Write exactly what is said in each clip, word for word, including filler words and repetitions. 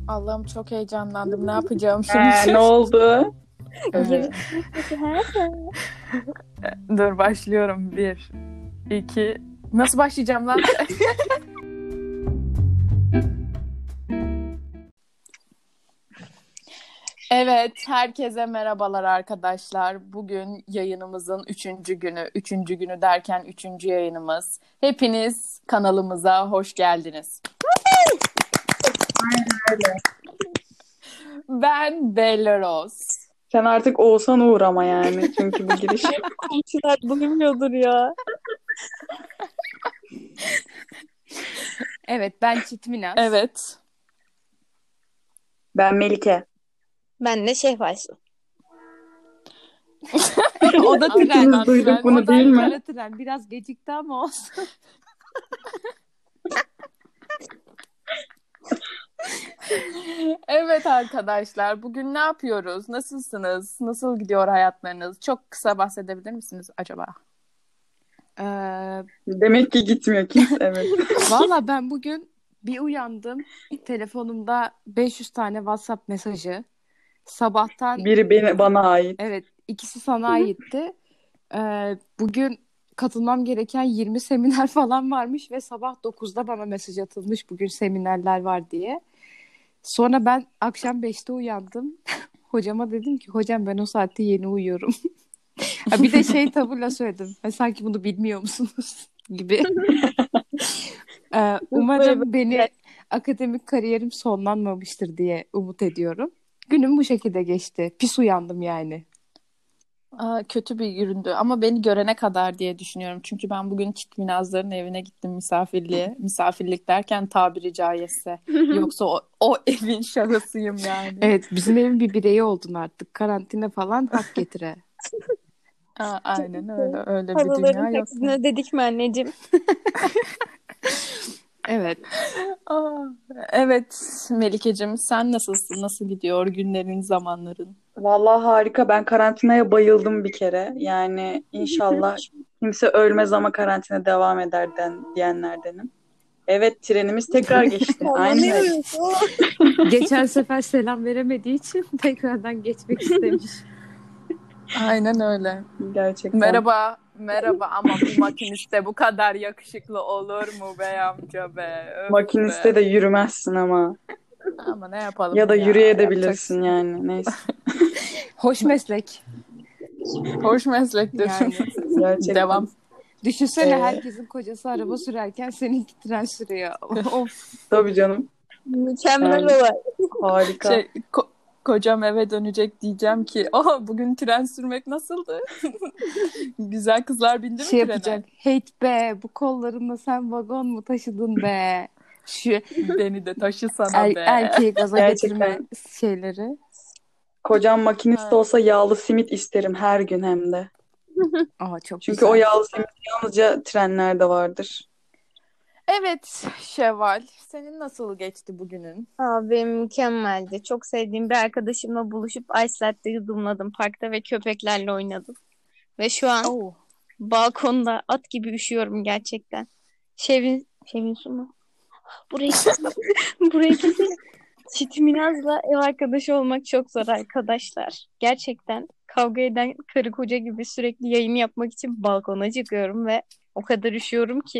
Allah'ım çok heyecanlandım. Ne yapacağım Ee, şimdi? ne oldu? Evet. Dur başlıyorum. Bir, iki. Nasıl başlayacağım lan? Evet, herkese merhabalar arkadaşlar. Bugün yayınımızın üçüncü günü. Üçüncü günü derken üçüncü yayınımız. Hepiniz kanalımıza hoş geldiniz. Öyle. Ben Bella Rose. Sen artık Oğuzhan Uğur ama yani. Çünkü bu giriş. Komşular duymuyordur ya. Evet, ben Çitminaz. Evet. Ben Melike. Ben de Şehbaşlı. O da tren. Hepimiz duyduk bunu O da değil mi? Ankara tren. Biraz gecikti ama olsun. Evet arkadaşlar, bugün ne yapıyoruz? Nasılsınız? Nasıl gidiyor hayatlarınız? Çok kısa bahsedebilir misiniz acaba? Ee, Demek ki gitmiyor kimse. Evet. Valla ben bugün bir uyandım. Telefonumda beş yüz tane WhatsApp mesajı. Sabahtan Biri beni, bana ait. evet ikisi sana aitti. Ee, bugün katılmam gereken yirmi seminer falan varmış ve sabah dokuzda bana mesaj atılmış bugün seminerler var diye. Sonra ben akşam beşte uyandım. Hocama dedim ki hocam ben o saatte yeni uyuyorum. Ha, bir de şey tavırla söyledim. Ha, sanki bunu bilmiyor musunuz gibi. Ee, umarım beni akademik kariyerim sonlanmamıştır diye umut ediyorum. Günüm bu şekilde geçti. Pis uyandım yani. Aa, kötü bir göründü ama beni görene kadar diye düşünüyorum. Çünkü ben bugün Çitminazların evine gittim misafirliğe. Misafirlik derken tabiri caizse. Yoksa o, o evin şahısıyım yani. Evet, bizim evin bir bireyi oldun artık. Karantina falan hak getire. Aa, aynen öyle. Öyle bir Paraların dünya yok. taksini ödedik mi anneciğim? Evet. Aa, evet Melikeciğim, sen nasılsın? Nasıl gidiyor günlerin, zamanların? Vallahi harika. Ben karantinaya bayıldım bir kere. Yani inşallah kimse ölmez ama karantina devam eder den, diyenlerdenim. Evet, trenimiz tekrar geçti. Aynen öyle. Geçen sefer selam veremediği için tekrardan geçmek istemiş. Aynen öyle. Gerçekten. Merhaba, merhaba ama bu makiniste bu kadar yakışıklı olur mu be amca be? Öf Makiniste be. de yürümezsin ama. Ama ne yapalım Ya da ya, yürüyebilirsin yapacaksın. yani. Neyse. Hoş meslek. Hoş meslektir. Yani. Gerçekten. Devam. Düşünsene Ee, herkesin kocası araba sürerken seninki tren sürüyor. Of. Tabii canım. Mükemmel Yani. olay. Harika. Şey, ko- kocam eve dönecek diyeceğim ki, "Aa, bugün tren sürmek nasıldı? Güzel kızlar bindi mi Şey trene?" yapacak. Heyt be bu kollarınla sen vagon mu taşıdın be? Şu Beni de taşısana er, be. erkeği gaza Gerçekten. getirme şeyleri. Kocam makinist Ha. olsa yağlı simit isterim her gün hem de. Aa, çok Çünkü güzel. o yağlı simit yalnızca trenlerde vardır. Evet Şevval, senin nasıl geçti bugünün? Aa, benim mükemmeldi. Çok sevdiğim bir arkadaşımla buluşup Ice Latte yudumladım parkta ve köpeklerle oynadım. Ve şu an Oh. balkonda at gibi üşüyorum gerçekten. Şevin, Şevin Su mu? Burayı kesin. Burayı kesin. Çitminaz'la ev arkadaşı olmak çok zor arkadaşlar. Gerçekten kavga eden karı koca gibi sürekli yayın yapmak için balkona çıkıyorum ve o kadar üşüyorum ki.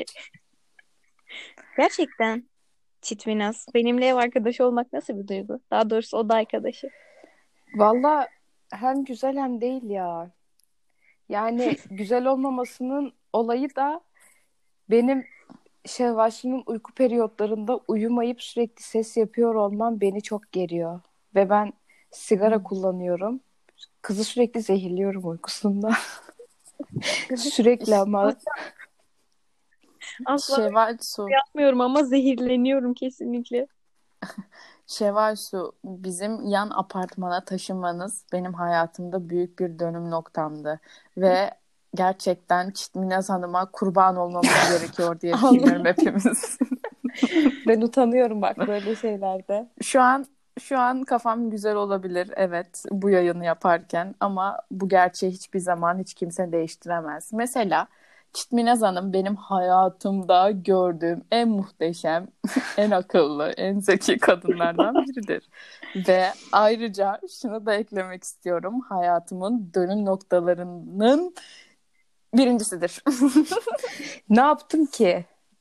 Gerçekten Çitminaz. Benimle ev arkadaşı olmak nasıl bir duygu? Daha doğrusu oda arkadaşı. Valla hem güzel hem değil ya. Yani güzel olmamasının olayı da benim Şevvaş'ımın uyku periyotlarında uyumayıp sürekli ses yapıyor olmam beni çok geriyor. Ve ben sigara kullanıyorum. Kızı sürekli zehirliyorum uykusunda. Sürekli ama. Asla Şevval Su, yapmıyorum ama zehirleniyorum kesinlikle. Şevval Su, bizim yan apartmana taşınmanız benim hayatımda büyük bir dönüm noktamdı. Ve gerçekten Çitminaz Hanım'a kurban olmamız gerekiyor diye düşünüyorum hepimiz. Ben utanıyorum bak böyle şeylerde. Şu an şu an kafam güzel olabilir, evet, bu yayını yaparken, ama bu gerçeği hiçbir zaman hiç kimse değiştiremez. Mesela Çitminaz Hanım benim hayatımda gördüğüm en muhteşem, en akıllı, en zeki kadınlardan biridir. Ve ayrıca şunu da eklemek istiyorum. Hayatımın dönüm noktalarının birincisidir. Ne yaptım ki?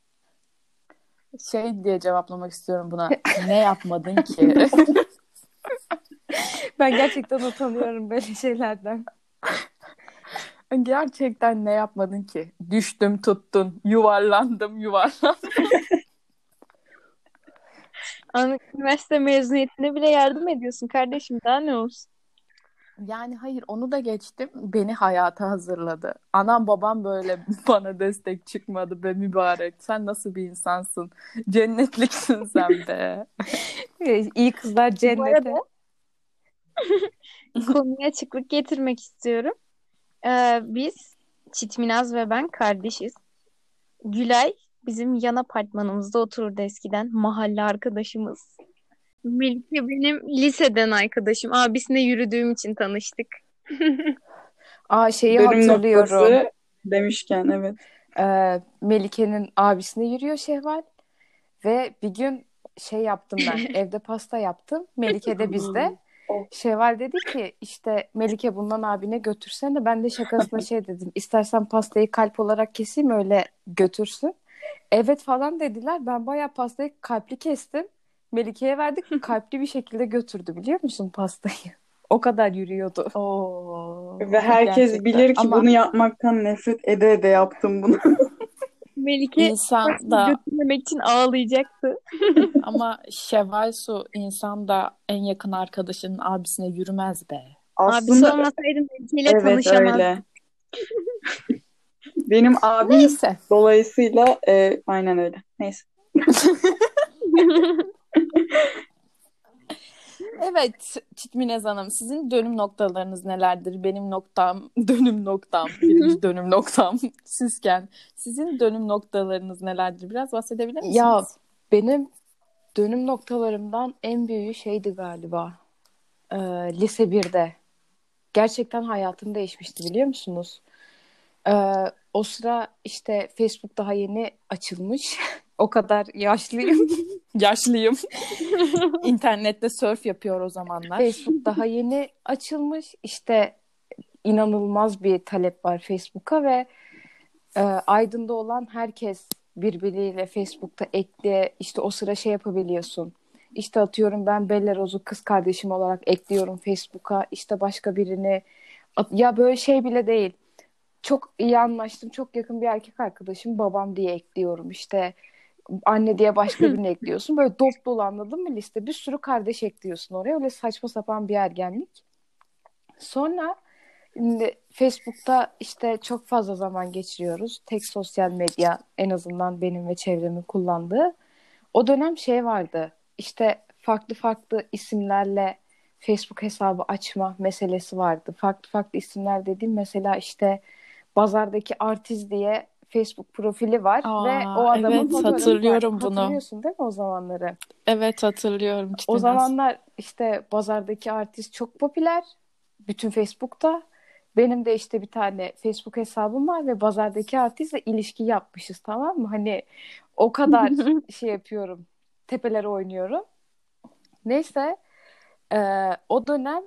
Şey diye cevaplamak istiyorum buna. Ne yapmadın ki? Ben gerçekten utanıyorum böyle şeylerden. Gerçekten ne yapmadın ki? Düştüm, tuttun, yuvarlandım, yuvarlandım. Anlık üniversite mezuniyetine bile yardım ediyorsun kardeşim. Daha ne olsun? Yani hayır, onu da geçtim. Beni hayata hazırladı. Anam babam böyle bana destek çıkmadı be mübarek. Sen nasıl bir insansın? Cennetliksin sen be. Ee, İyi kızlar Bu cennete. arada konuya açıklık getirmek istiyorum. Ee, biz Çitminaz ve ben kardeşiz. Gülay bizim yan apartmanımızda otururdu eskiden. Mahalle arkadaşımız. Melike benim liseden arkadaşım. Abisine yürüdüğüm için tanıştık. Aa şeyi Dönüm hatırlıyorum. noktası demişken evet. Ee, Melike'nin abisine yürüyor Şevval. Ve bir gün şey yaptım ben. Evde pasta yaptım. Melike de bizde. Şevval dedi ki işte Melike bundan abine götürsene. Ben de şakasına şey dedim. İstersen pastayı kalp olarak keseyim öyle götürsün. Evet falan dediler. Ben bayağı pastayı kalpli kestim. Melike'ye verdik. Kalpli bir şekilde götürdü biliyor musun pastayı? O kadar yürüyordu. Oo, Ve herkes gerçekten. bilir ki Ama bunu yapmaktan nefret ede ede yaptım bunu. Melike insan pastayı da götürmemek için ağlayacaktı. ama Şevval Su, insan da en yakın arkadaşının abisine yürümez be. Abisi Aslında olmasaydı Melike ile evet tanışamazdı. öyle. Benim abim Neyse. dolayısıyla e, aynen öyle. Neyse. Evet Çitminez Hanım, sizin dönüm noktalarınız nelerdir? Benim noktam, dönüm noktam, birinci dönüm noktam sizken. Sizin dönüm noktalarınız nelerdir? Biraz bahsedebilir misiniz? Ya benim dönüm noktalarımdan en büyüğü şeydi galiba. Ee, lise birde. Gerçekten hayatım değişmişti biliyor musunuz? Ee, o sıra işte Facebook daha yeni açılmış. O kadar yaşlıyım. Yaşlıyım. İnternette surf yapıyor o zamanlar. Facebook daha yeni açılmış. İşte inanılmaz bir talep var Facebook'a ve e, Aydın'da olan herkes birbiriyle Facebook'ta ekle. İşte o sıra şey yapabiliyorsun. İşte atıyorum ben Bella Rose'u kız kardeşim olarak ekliyorum Facebook'a. İşte başka birini at- ya böyle şey bile değil. Çok iyi anlaştım. Çok yakın bir erkek arkadaşım babam diye ekliyorum. İşte anne diye başka birini ekliyorsun. Böyle dop dolu anladın mı liste? Bir sürü kardeş ekliyorsun oraya. Öyle saçma sapan bir ergenlik. Sonra şimdi Facebook'ta işte çok fazla zaman geçiriyoruz. Tek sosyal medya en azından benim ve çevremin kullandığı. O dönem şey vardı. İşte farklı farklı isimlerle Facebook hesabı açma meselesi vardı. Farklı farklı isimler dediğim mesela işte Bazar'daki Artiz diye Facebook profili var Aa, ve o adamın evet, fotoğrafı hatırlıyorum var. bunu. Hatırlıyorsun değil mi o zamanları? Evet, hatırlıyorum O Çitminez. zamanlar işte Bazar'daki Artiz çok popüler. Bütün Facebook'ta. Benim de işte bir tane Facebook hesabım var ve Bazar'daki Artiz'le ilişki yapmışız, tamam mı? Hani o kadar şey yapıyorum. Tepelere oynuyorum. Neyse e, o dönem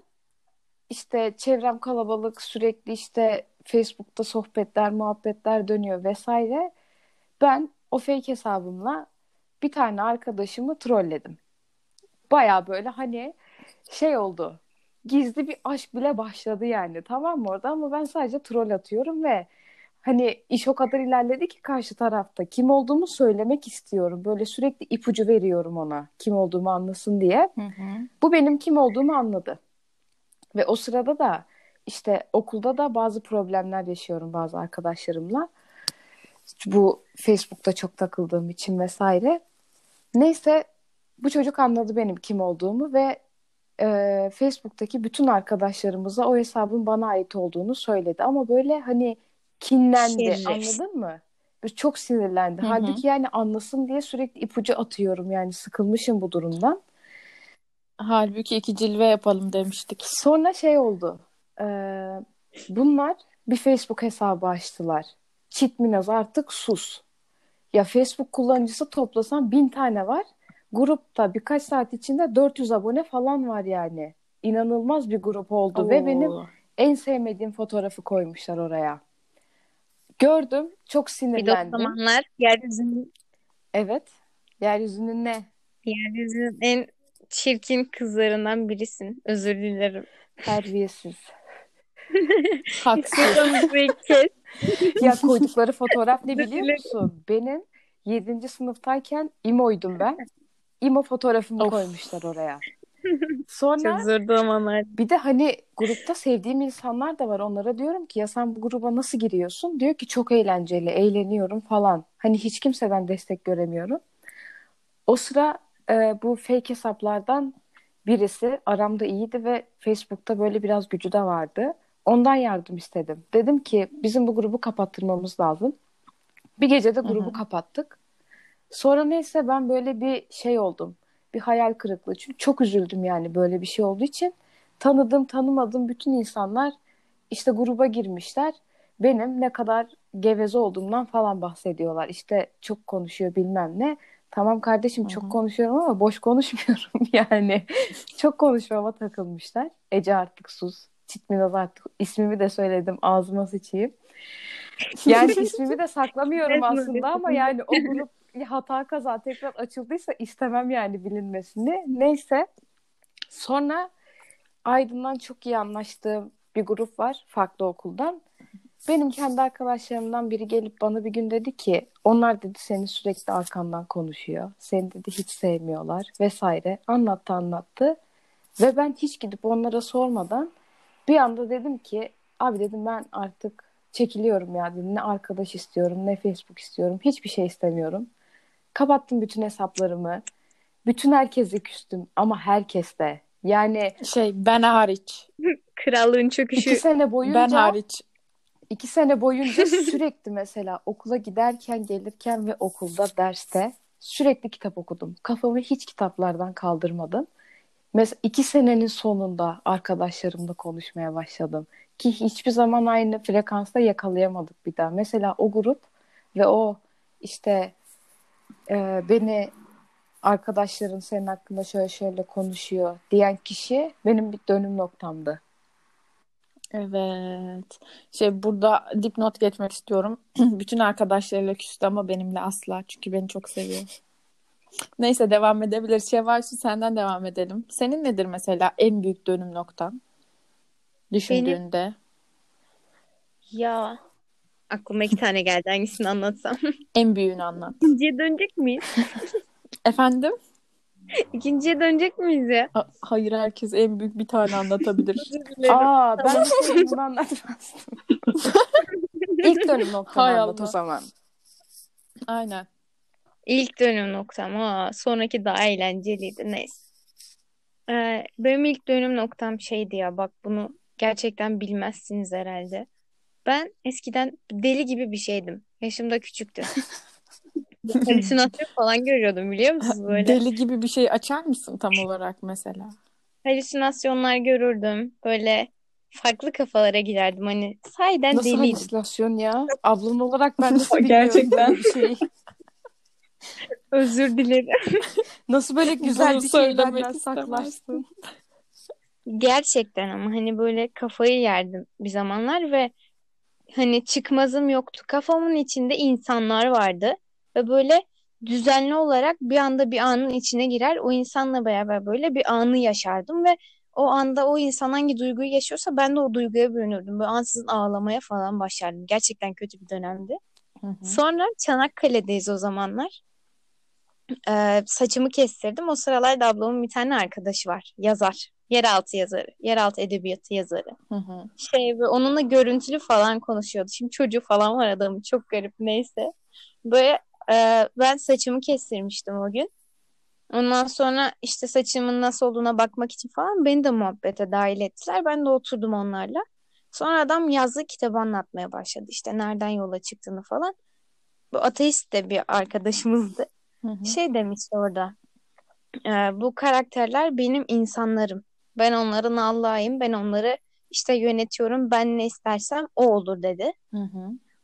işte çevrem kalabalık, sürekli işte Facebook'ta sohbetler, muhabbetler dönüyor vesaire. Ben o fake hesabımla bir tane arkadaşımı trolledim. Baya böyle hani şey oldu. Gizli bir aşk bile başladı yani, tamam mı orada, ama ben sadece troll atıyorum ve hani iş o kadar ilerledi ki karşı tarafta kim olduğumu söylemek istiyorum. Böyle sürekli ipucu veriyorum ona kim olduğumu anlasın diye. Hı hı. Bu benim kim olduğumu anladı. Ve o sırada da işte okulda da bazı problemler yaşıyorum bazı arkadaşlarımla. Bu Facebook'ta çok takıldığım için vesaire. Neyse bu çocuk anladı benim kim olduğumu ve e, Facebook'taki bütün arkadaşlarımıza o hesabın bana ait olduğunu söyledi. Ama böyle hani kinlendi, Şeref. anladın mı? Böyle çok sinirlendi. Hı hı. Halbuki yani anlasın diye sürekli ipucu atıyorum. Yani sıkılmışım bu durumdan. Halbuki iki cilve yapalım demiştik. Sonra şey oldu. E, bunlar bir Facebook hesabı açtılar. Çitminaz artık sus. Ya Facebook kullanıcısı toplasan bin tane var. Grupta birkaç saat içinde dört yüz abone falan var yani. İnanılmaz bir grup oldu ve benim Oo. en sevmediğim fotoğrafı koymuşlar oraya. Gördüm, çok Bir de o sinirlendim. zamanlar yeryüzünün, Evet, yeryüzünün ne? yeryüzünün en çirkin kızlarından birisin. Özür dilerim. Terbiyesiz. Haksız. İstiyorsan burayı kes. Ya koydukları fotoğraf ne Özür biliyor dilerim. musun? Benim yedinci sınıftayken İmo'ydum ben. İmo fotoğrafımı Of. koymuşlar oraya. Çok Sonra zor zamanlar. bir de hani grupta sevdiğim insanlar da var. Onlara diyorum ki ya sen bu gruba nasıl giriyorsun? Diyor ki çok eğlenceli, eğleniyorum falan. Hani hiç kimseden destek göremiyorum. O sıra e, bu fake hesaplardan birisi aramda iyiydi ve Facebook'ta böyle biraz gücü de vardı. Ondan yardım istedim. Dedim ki bizim bu grubu kapattırmamız lazım. Bir gecede Hı grubu hı. kapattık. Sonra neyse ben böyle bir şey oldum. Bir hayal kırıklığı. Çünkü çok üzüldüm yani böyle bir şey olduğu için. Tanıdığım tanımadığım bütün insanlar işte gruba girmişler. Benim ne kadar geveze olduğumdan falan bahsediyorlar. İşte çok konuşuyor bilmem ne. Tamam kardeşim Hı çok hı. konuşuyorum ama boş konuşmuyorum yani. Çok konuşmama takılmışlar. Ece artık sus. Çitminaz artık. İsmimi de söyledim ağzıma sıçayım. Yani ismimi de saklamıyorum Resmen aslında ama yani o grup hata kaza tekrar açıldıysa istemem yani bilinmesini. Neyse. Sonra Aydın'dan çok iyi anlaştığım bir grup var farklı okuldan. Benim kendi arkadaşlarımdan biri gelip bana bir gün dedi ki onlar dedi seni sürekli arkandan konuşuyor. Seni dedi hiç sevmiyorlar vesaire. Anlattı anlattı. Ve ben hiç gidip onlara sormadan bir anda dedim ki abi dedim ben artık çekiliyorum ya dedim. Ne arkadaş istiyorum ne Facebook istiyorum. Hiçbir şey istemiyorum. Kapattım bütün hesaplarımı. Bütün herkese küstüm ama herkes de. Yani Şey ben hariç. Krallığın iki çöküşü. sene Ben boyunca hariç. iki sene boyunca sürekli mesela okula giderken gelirken ve okulda derste sürekli kitap okudum. Kafamı hiç kitaplardan kaldırmadım. Mesela iki senenin sonunda arkadaşlarımla konuşmaya başladım. Ki hiçbir zaman aynı frekansta yakalayamadık bir daha. Mesela o grup ve o işte e, beni arkadaşların senin hakkında şöyle şöyle konuşuyor diyen kişi benim bir dönüm noktamdı. Evet. Şey burada dipnot geçmek istiyorum. Bütün arkadaşlarıyla küstü ama benimle asla. Çünkü beni çok seviyor. Neyse devam edebiliriz. Şevvalsu senden devam edelim. Senin nedir mesela en büyük dönüm noktan Benim düşündüğünde? ya aklıma iki tane geldi. Hangisini anlatsam? En büyüğünü anlat. İkinciye dönecek miyiz? Efendim? İkinciye dönecek miyiz ya? A- Hayır herkes en büyük bir tane anlatabilir. Özür dilerim. Aa ben de bunu anlatmazdım. İlk dönüm noktanı Hay anlat o Allah. zaman. Aynen. İlk dönüm noktam. Aa, sonraki daha eğlenceliydi. Neyse. Ee, benim ilk dönüm noktam şeydi ya. Bak bunu gerçekten bilmezsiniz herhalde. Ben eskiden deli gibi bir şeydim. Yaşım da küçüktü. Halüsinasyon falan görüyordum biliyor musunuz böyle? Deli gibi bir şey açar mısın tam olarak mesela? Halüsinasyonlar görürdüm. Böyle farklı kafalara girerdim. Hani sahiden Nasıl deliydim. halüsinasyon ya? Ablan olarak ben nasıl bilmiyorum Gerçekten. böyle bir şeyi? Özür dilerim. Nasıl böyle güzel Bunu bir şeyi söylemek benden istemezdim. saklarsın? Gerçekten ama hani böyle kafayı yerdim bir zamanlar ve hani çıkmazım yoktu. Kafamın içinde insanlar vardı ve böyle düzenli olarak bir anda bir anın içine girer. O insanla beraber böyle bir anı yaşardım ve o anda o insan hangi duyguyu yaşıyorsa ben de o duyguya bürünürdüm. Böyle ansızın ağlamaya falan başlardım. Gerçekten kötü bir dönemdi. Hı hı. Sonra Çanakkale'deyiz o zamanlar. Ee, saçımı kestirdim. O sıralarda ablamın bir tane arkadaşı var. Yazar. Yeraltı yazarı. Yeraltı edebiyatı yazarı. Hı hı. Şey ve onunla görüntülü falan konuşuyordu. Şimdi çocuğu falan var adamın. Çok garip neyse. Böyle e, ben saçımı kestirmiştim o gün. Ondan sonra işte saçımın nasıl olduğuna bakmak için falan beni de muhabbete dahil ettiler. Ben de oturdum onlarla. Sonra adam yazdığı kitabı anlatmaya başladı. İşte nereden yola çıktığını falan. Bu ateist de bir arkadaşımızdı. Hı hı. Şey demişti orada. e, bu karakterler benim insanlarım. Ben onların Allah'ıyım. Ben onları işte yönetiyorum. Ben ne istersem o olur dedi. Hı hı.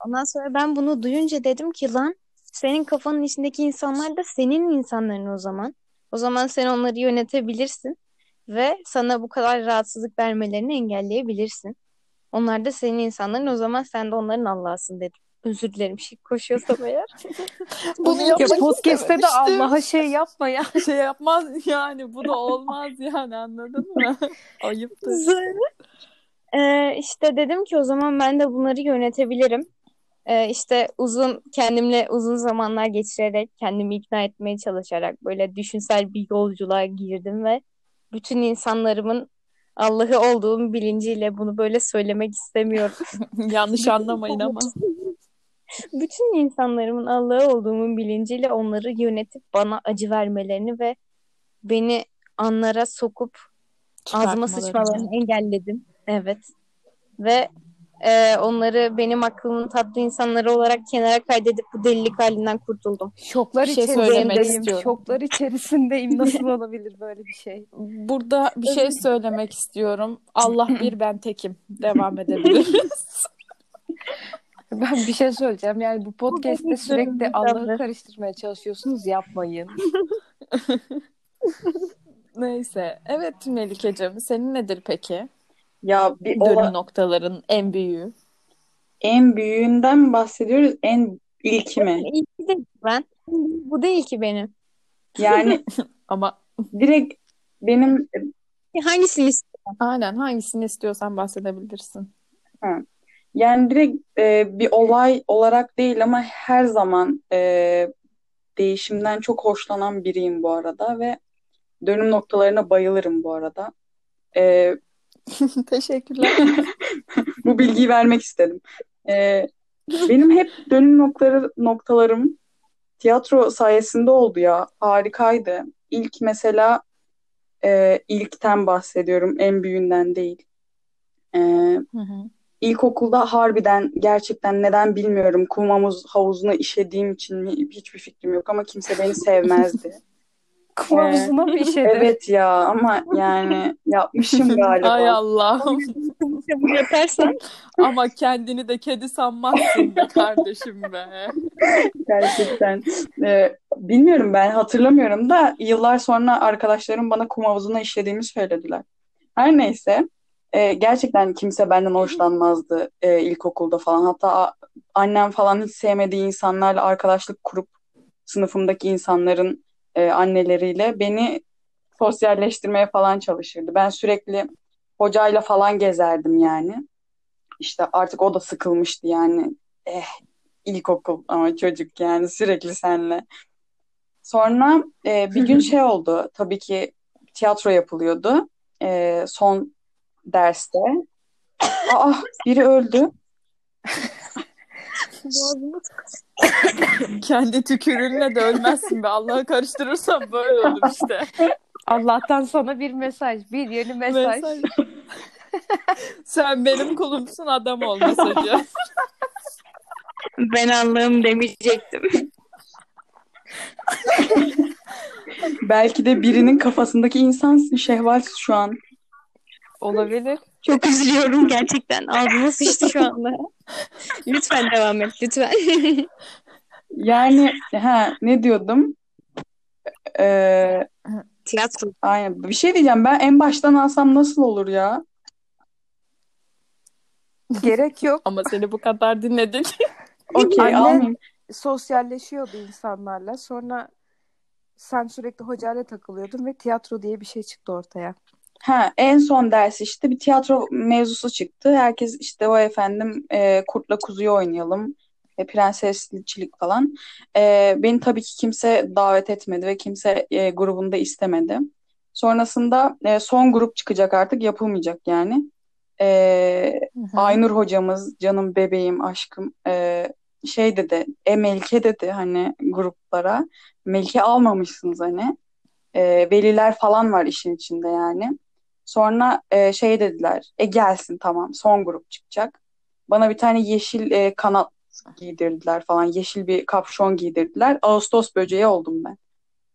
Ondan sonra ben bunu duyunca dedim ki lan senin kafanın içindeki insanlar da senin insanların o zaman. O zaman sen onları yönetebilirsin ve sana bu kadar rahatsızlık vermelerini engelleyebilirsin. Onlar da senin insanların, o zaman sen de onların Allah'ısın dedim. Özür dilerim şey koşuyorsam eğer. Bunu Ya yapmak podcast'te de istememiştim. Allah'a şey yapma ya. Şey yapmaz yani, bu da olmaz yani, anladın mı? Ayıptır. Sonra e, işte dedim ki o zaman ben de bunları yönetebilirim. E, işte uzun kendimle uzun zamanlar geçirerek kendimi ikna etmeye çalışarak böyle düşünsel bir yolculuğa girdim ve bütün insanlarımın Allah'ı olduğum bilinciyle, bunu böyle söylemek istemiyorum. Yanlış anlamayın ama. Bütün insanlarımın Allah'ı olduğumun bilinciyle onları yönetip bana acı vermelerini ve beni anlara sokup ağzıma sıçmalarını Çıkartmalarını. engelledim. Evet. Ve e, onları benim aklımın tatlı insanları olarak kenara kaydedip bu delilik halinden kurtuldum. Şoklar Bir şey söylemek içerisindeyim. istiyorum. Şoklar içerisindeyim. Nasıl olabilir böyle bir şey? Burada bir şey söylemek istiyorum. Allah bir, ben tekim. Devam edebiliriz. Ben bir şey söyleyeceğim. Yani bu podcast'te benim sürekli dönemim Allah'ı tabii. karıştırmaya çalışıyorsunuz. Yapmayın. Neyse. Evet Melike'cim, senin nedir peki? Ya bir Dönüm ola, noktaların en büyüğü. en büyüğünden mi bahsediyoruz? En ilki mi? İlki de ben. Bu değil ki benim. Yani Ama direkt benim Hangisini istiyorsun? aynen, hangisini istiyorsan bahsedebilirsin. ha, yani direkt e, bir olay olarak değil ama her zaman e, değişimden çok hoşlanan biriyim bu arada ve dönüm noktalarına bayılırım bu arada. E, Teşekkürler. bu bilgiyi vermek istedim. E, benim hep dönüm noktaları, noktalarım tiyatro sayesinde oldu ya. Harikaydı. İlk mesela e, ilkten bahsediyorum. En büyüğünden değil. E, Hı hı. İlkokulda harbiden gerçekten neden bilmiyorum. Kum havuz, havuzuna işediğim için mi hiçbir fikrim yok ama kimse beni sevmezdi. Kum Ee, havuzuna mı işedi? Evet ya ama yani yapmışım Ay galiba. Allah'ım. Kabul yaparsan. Ama kendini de kedi sanmazsın be kardeşim be. Gerçekten. Ee, bilmiyorum ben hatırlamıyorum da yıllar sonra arkadaşlarım bana kum havuzuna işlediğimi söylediler. Her neyse. e, gerçekten kimse benden hoşlanmazdı e, ilkokulda falan. Hatta a- annem falan hiç sevmediği insanlarla arkadaşlık kurup sınıfımdaki insanların e, anneleriyle beni sosyalleştirmeye falan çalışırdı. Ben sürekli hocayla falan gezerdim yani. İşte artık o da sıkılmıştı yani. Eh, ilkokul ama çocuk yani sürekli senle. Sonra e, bir gün şey oldu. Tabii ki tiyatro yapılıyordu. E, son derste. Aa, biri öldü. Boğazımı Kendi tükürüğünle de ölmezsin be. Allah'ı karıştırırsan böyle olur işte. Allah'tan sana bir mesaj. Bir yeni mesaj. Mesaj. Sen benim kulumsun, adam ol mesajı. Ben Allah'ım demeyecektim. Belki de birinin kafasındaki insansın Şehval şu an. Olabilir. Çok üzülüyorum gerçekten. Ağzıma sıçtı şu anda. Lütfen devam et lütfen. Yani ha ne diyordum? Ee, Tiyatro. aynen. Bir şey diyeceğim. Ben en baştan alsam nasıl olur ya? Gerek yok. Ama seni bu kadar dinledik. Okey, Anne almayayım. sosyalleşiyordu insanlarla. Sonra sen sürekli hocayla takılıyordun ve tiyatro diye bir şey çıktı ortaya. Ha, en son ders işte bir tiyatro mevzusu çıktı. Herkes işte o efendim e, kurtla kuzuyu oynayalım. E, prensesçilik falan. E, beni tabii ki kimse davet etmedi ve kimse e, grubunda istemedi. Sonrasında e, son grup çıkacak artık yapılmayacak yani. E, Hı hı. Aynur hocamız canım bebeğim aşkım e, şey dedi e Melike dedi hani gruplara Melike almamışsınız hani. E, veliler falan var işin içinde yani. Sonra e, şey dediler. E gelsin tamam son grup çıkacak. Bana bir tane yeşil e, kanat giydirdiler falan. Yeşil bir kapşon giydirdiler. Ağustos böceği oldum ben.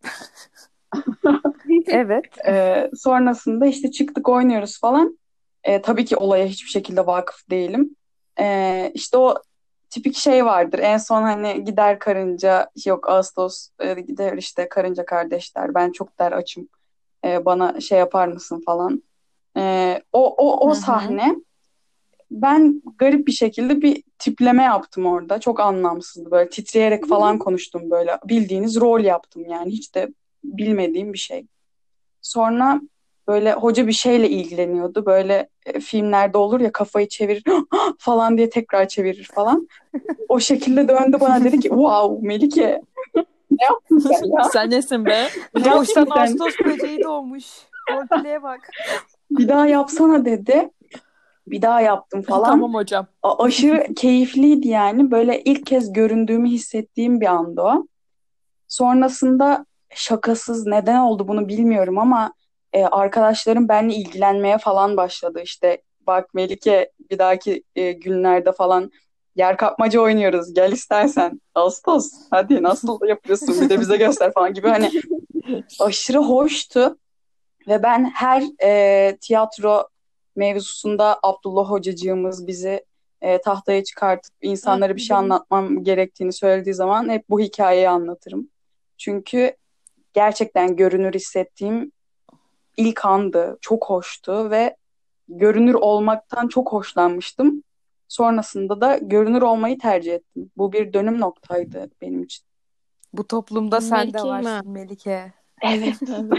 Evet. E, sonrasında işte çıktık oynuyoruz falan. E, tabii ki olaya hiçbir şekilde vakıf değilim. E, işte o tipik şey vardır. En son hani gider karınca, yok Ağustos e, gider işte karınca kardeşler. Ben çok der açım. E, bana şey yapar mısın falan. E, o o Hı o hı. sahne, ben garip bir şekilde bir tipleme yaptım orada. Çok anlamsızdı, böyle titreyerek falan konuştum böyle. Bildiğiniz rol yaptım yani, hiç de bilmediğim bir şey. Sonra böyle hoca bir şeyle ilgileniyordu. Böyle e, filmlerde olur ya, kafayı çevirir falan diye tekrar çevirir falan. O şekilde döndü bana, dedi ki wow Melike, ne yaptın sen ya? Sen nesin be? Ne Doğuştan yaptın sen? Ağustos böceği doğmuş. Roleplay'e bak. Bir daha yapsana dedi. Bir daha yaptım falan. Tamam hocam. A- aşırı keyifliydi yani. Böyle ilk kez göründüğümü hissettiğim bir anda o. Sonrasında şakasız, neden oldu bunu bilmiyorum ama e, arkadaşlarım benimle ilgilenmeye falan başladı. İşte bak Melike, bir dahaki e, günlerde falan yer kapmaca oynuyoruz. Gel istersen. Ağustos hadi nasıl yapıyorsun, bir de bize göster falan gibi, hani aşırı hoştu. Ve ben her e, tiyatro mevzusunda Abdullah hocacığımız bizi e, tahtaya çıkartıp insanlara bir şey anlatmam gerektiğini söylediği zaman hep bu hikayeyi anlatırım. Çünkü gerçekten görünür hissettiğim ilk andı. Çok hoştu ve görünür olmaktan çok hoşlanmıştım. Sonrasında da görünür olmayı tercih ettim. Bu bir dönüm noktaydı benim için. Bu toplumda sen de Melike mi? varsın Melike. Evet.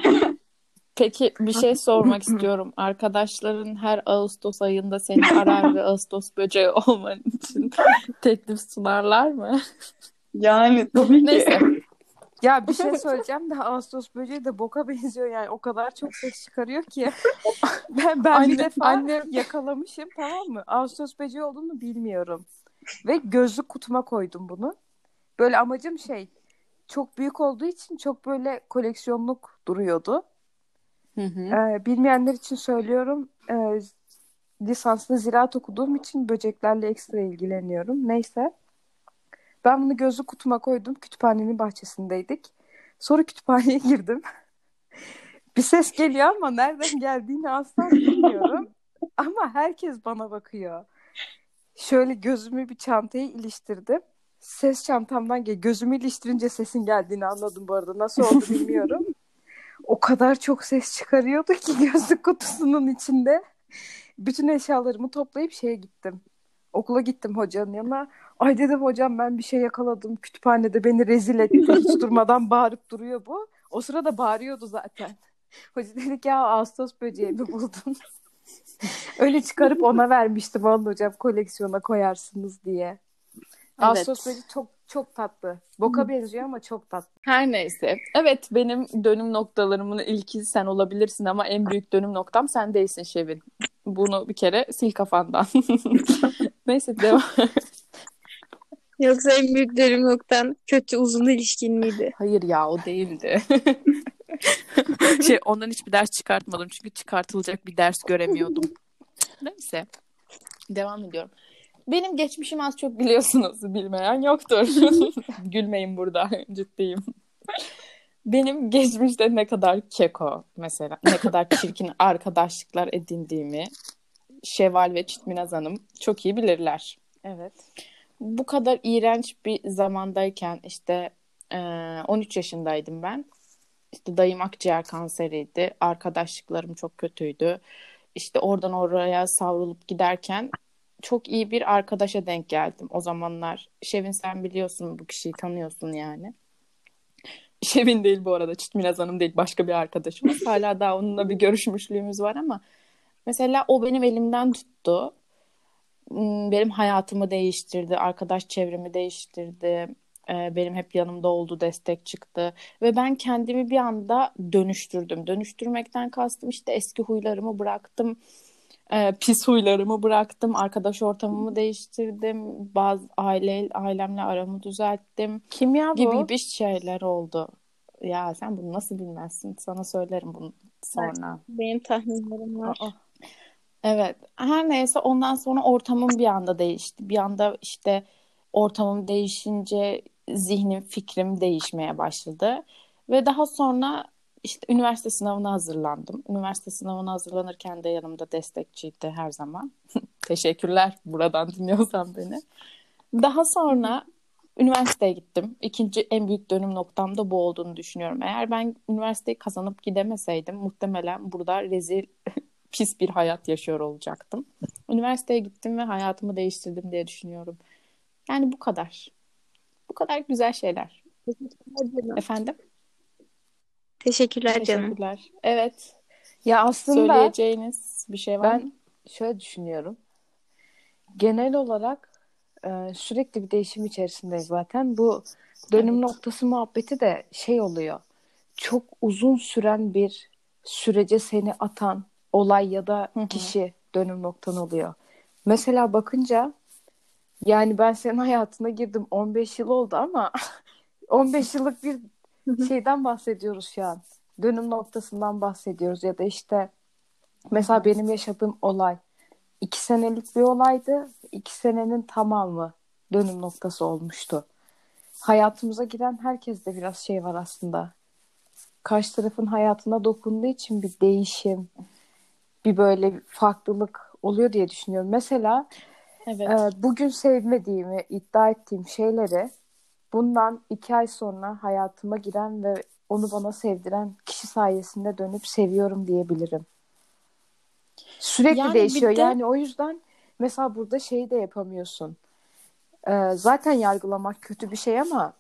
Peki bir şey sormak istiyorum. Arkadaşların her Ağustos ayında seni arar ve Ağustos böceği olman için teklif sunarlar mı? Yani tabii ki. Neyse. Ya bir şey söyleyeceğim de Ağustos böceği de boka benziyor yani. O kadar çok ses çıkarıyor ki. Ben, ben bir Anne, defa annem yakalamışım, tamam mı? Ağustos böceği olduğunu bilmiyorum. Ve gözlük kutuma koydum bunu. Böyle amacım şey, çok büyük olduğu için çok böyle koleksiyonluk duruyordu. Hı hı. Ee, bilmeyenler için söylüyorum. Ee, lisanslı ziraat okuduğum için böceklerle ekstra ilgileniyorum. Neyse. Ben bunu gözlük kutuma koydum. Kütüphanenin bahçesindeydik. Sonra kütüphaneye girdim. Bir ses geliyor ama nereden geldiğini asla bilmiyorum. Ama herkes bana bakıyor. Şöyle gözümü bir çantaya iliştirdim. Ses çantamdan gel. Gözümü iliştirince sesin geldiğini anladım bu arada. Nasıl oldu bilmiyorum. O kadar çok ses çıkarıyordu ki gözlük kutusunun içinde. Bütün eşyalarımı toplayıp şeye gittim. Okula gittim hocanın yanına. Ay dedim hocam, ben bir şey yakaladım. Kütüphanede beni rezil etti. Hiç durmadan bağırıp duruyor bu. O sırada bağırıyordu zaten. Hoca dedi ki ya Ağustos böceği mi buldun? Öyle çıkarıp ona vermiştim. Alın hocam, koleksiyona koyarsınız diye. Ağustos evet. böceği çok çok tatlı. Boka benziyor ama çok tatlı. Her neyse. Evet, benim dönüm noktalarımın ilki sen olabilirsin ama en büyük dönüm noktam sen değilsin Şevin. Bunu bir kere sil kafandan. Neyse devam. Yoksa en büyük dönüm noktan kötü uzun ilişkin miydi? Hayır ya, o değildi. Şey, ondan hiçbir ders çıkartmadım çünkü çıkartılacak bir ders göremiyordum. Neyse. Devam ediyorum. Benim geçmişimi az çok biliyorsunuz. Bilmeyen yoktur. Gülmeyin burada. Ciddiyim. Benim geçmişte ne kadar keko mesela, ne kadar çirkin arkadaşlıklar edindiğimi Şevval ve Çitminaz Hanım çok iyi bilirler. Evet. Bu kadar iğrenç bir zamandayken işte e, on üç yaşındaydım ben. İşte dayım akciğer kanseriydi. Arkadaşlıklarım çok kötüydü. İşte oradan oraya savrulup giderken çok iyi bir arkadaşa denk geldim o zamanlar. Şevin, sen biliyorsun, bu kişiyi tanıyorsun yani. Şevin değil bu arada, Çitminaz Hanım değil, başka bir arkadaşımız. Hala daha onunla bir görüşmüşlüğümüz var ama mesela o benim elimden tuttu. Benim hayatımı değiştirdi, arkadaş çevremi değiştirdi. Ee, Benim hep yanımda oldu, destek çıktı. Ve ben kendimi bir anda dönüştürdüm. Dönüştürmekten kastım işte eski huylarımı bıraktım. Ee, pis huylarımı bıraktım. Arkadaş ortamımı değiştirdim. Bazı aile ailemle aramı düzelttim. Kim ya Gibi bu? gibi şeyler oldu. Ya sen bunu nasıl bilmezsin? Sana söylerim bunu sonra. Benim tahminlerim var. Aa. Evet. Her neyse, ondan sonra ortamım bir anda değişti. Bir anda işte ortamım değişince zihnim, fikrim değişmeye başladı. Ve daha sonra işte üniversite sınavına hazırlandım. Üniversite sınavına hazırlanırken de yanımda destekçiydi her zaman. Teşekkürler buradan dinliyorsan beni. Daha sonra üniversiteye gittim. İkinci en büyük dönüm noktam da bu olduğunu düşünüyorum. Eğer ben üniversiteyi kazanıp gidemeseydim muhtemelen burada rezil, pis bir hayat yaşıyor olacaktım. Üniversiteye gittim ve hayatımı değiştirdim diye düşünüyorum. Yani bu kadar. Bu kadar güzel şeyler. Teşekkürler canım. Efendim? Teşekkürler canım. Teşekkürler. Evet. Ya aslında Söyleyeceğiniz bir şey var mı? ben şöyle düşünüyorum. Genel olarak e, sürekli bir değişim içerisindeyiz zaten. Bu dönüm Evet. noktası muhabbeti de şey oluyor. Çok uzun süren bir sürece seni atan olay ya da Hı hı. kişi dönüm noktan oluyor. Mesela bakınca yani ben senin hayatına girdim on beş yıl oldu ama on beş yıllık bir şeyden bahsediyoruz şu an. Dönüm noktasından bahsediyoruz ya da işte mesela benim yaşadığım olay iki senelik bir olaydı. İki senenin tamamı dönüm noktası olmuştu. Hayatımıza giren herkeste biraz şey var aslında. Karşı tarafın hayatına dokunduğu için bir değişim, bir böyle bir farklılık oluyor diye düşünüyorum. Mesela Evet. e, bugün sevmediğimi iddia ettiğim şeyleri bundan iki ay sonra hayatıma giren ve onu bana sevdiren kişi sayesinde dönüp seviyorum diyebilirim. Sürekli Yani değişiyor. bir de Yani o yüzden mesela burada şeyi de yapamıyorsun. Ee, zaten yargılamak kötü bir şey ama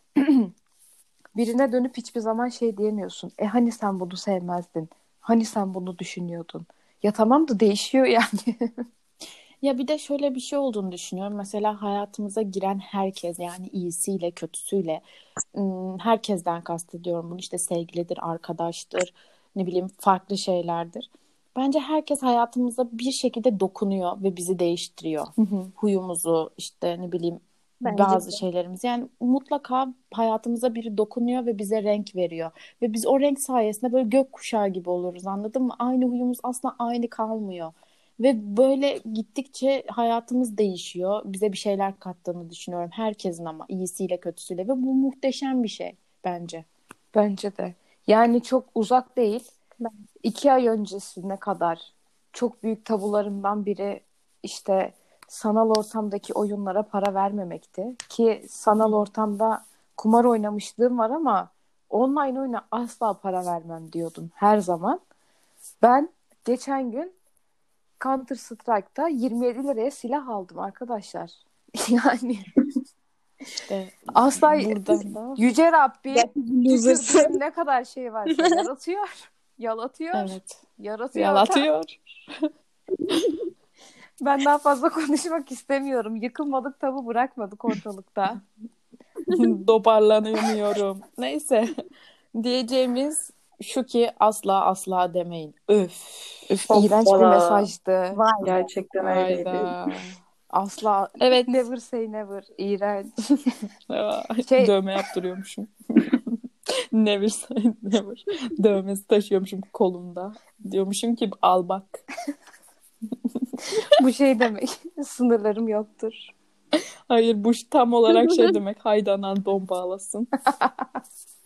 birine dönüp hiçbir zaman şey diyemiyorsun. E hani sen bunu sevmezdin? Hani sen bunu düşünüyordun? Ya tamam da değişiyor yani. ya bir de şöyle bir şey olduğunu düşünüyorum. Mesela hayatımıza giren herkes, yani iyisiyle kötüsüyle, ım, herkesten kastediyorum bunu. İşte sevgilidir, arkadaştır, ne bileyim farklı şeylerdir. Bence herkes hayatımıza bir şekilde dokunuyor ve bizi değiştiriyor. Hı hı. Huyumuzu, işte ne bileyim Bence bazı de. şeylerimiz. Yani mutlaka hayatımıza biri dokunuyor ve bize renk veriyor. Ve biz o renk sayesinde böyle gökkuşağı gibi oluruz, anladın mı? Aynı huyumuz aslında aynı kalmıyor. Ve böyle gittikçe hayatımız değişiyor. Bize bir şeyler kattığını düşünüyorum. Herkesin, ama iyisiyle kötüsüyle. Ve bu muhteşem bir şey bence. Bence de. Yani çok uzak değil. Ben- İki ay öncesine kadar çok büyük tabularımdan biri işte sanal ortamdaki oyunlara para vermemekti. Ki sanal ortamda kumar oynamışlığım var ama online oyuna asla para vermem diyordum her zaman. Ben geçen gün Counter Strike'da yirmi yedi liraya silah aldım arkadaşlar. Yani İşte asla buradan da Yüce Rabbim Gerçekten losersın. tükürdüğüm ne kadar şey varsa yaratıyor. Yalatıyor. evet, Yaratıyor da. yalatıyor. Ben daha fazla konuşmak istemiyorum. Yıkılmadık tabu bırakmadık ortalıkta. Toparlanamıyorum. Neyse. Diyeceğimiz şu ki asla asla demeyin. Öf. Üf, iğrenç bir Hoppala. mesajdı. Vay be. Gerçekten öyleydi. Hayda. Asla Evet. never say never. İğrenç. Şey Dövme yaptırıyormuşum. Never say never. Dövmesi taşıyormuşum kolumda. Diyormuşum ki al bak. bu şey demek. Sınırlarım yoktur. Hayır, bu tam olarak şey demek. Haydi anan don bağlasın.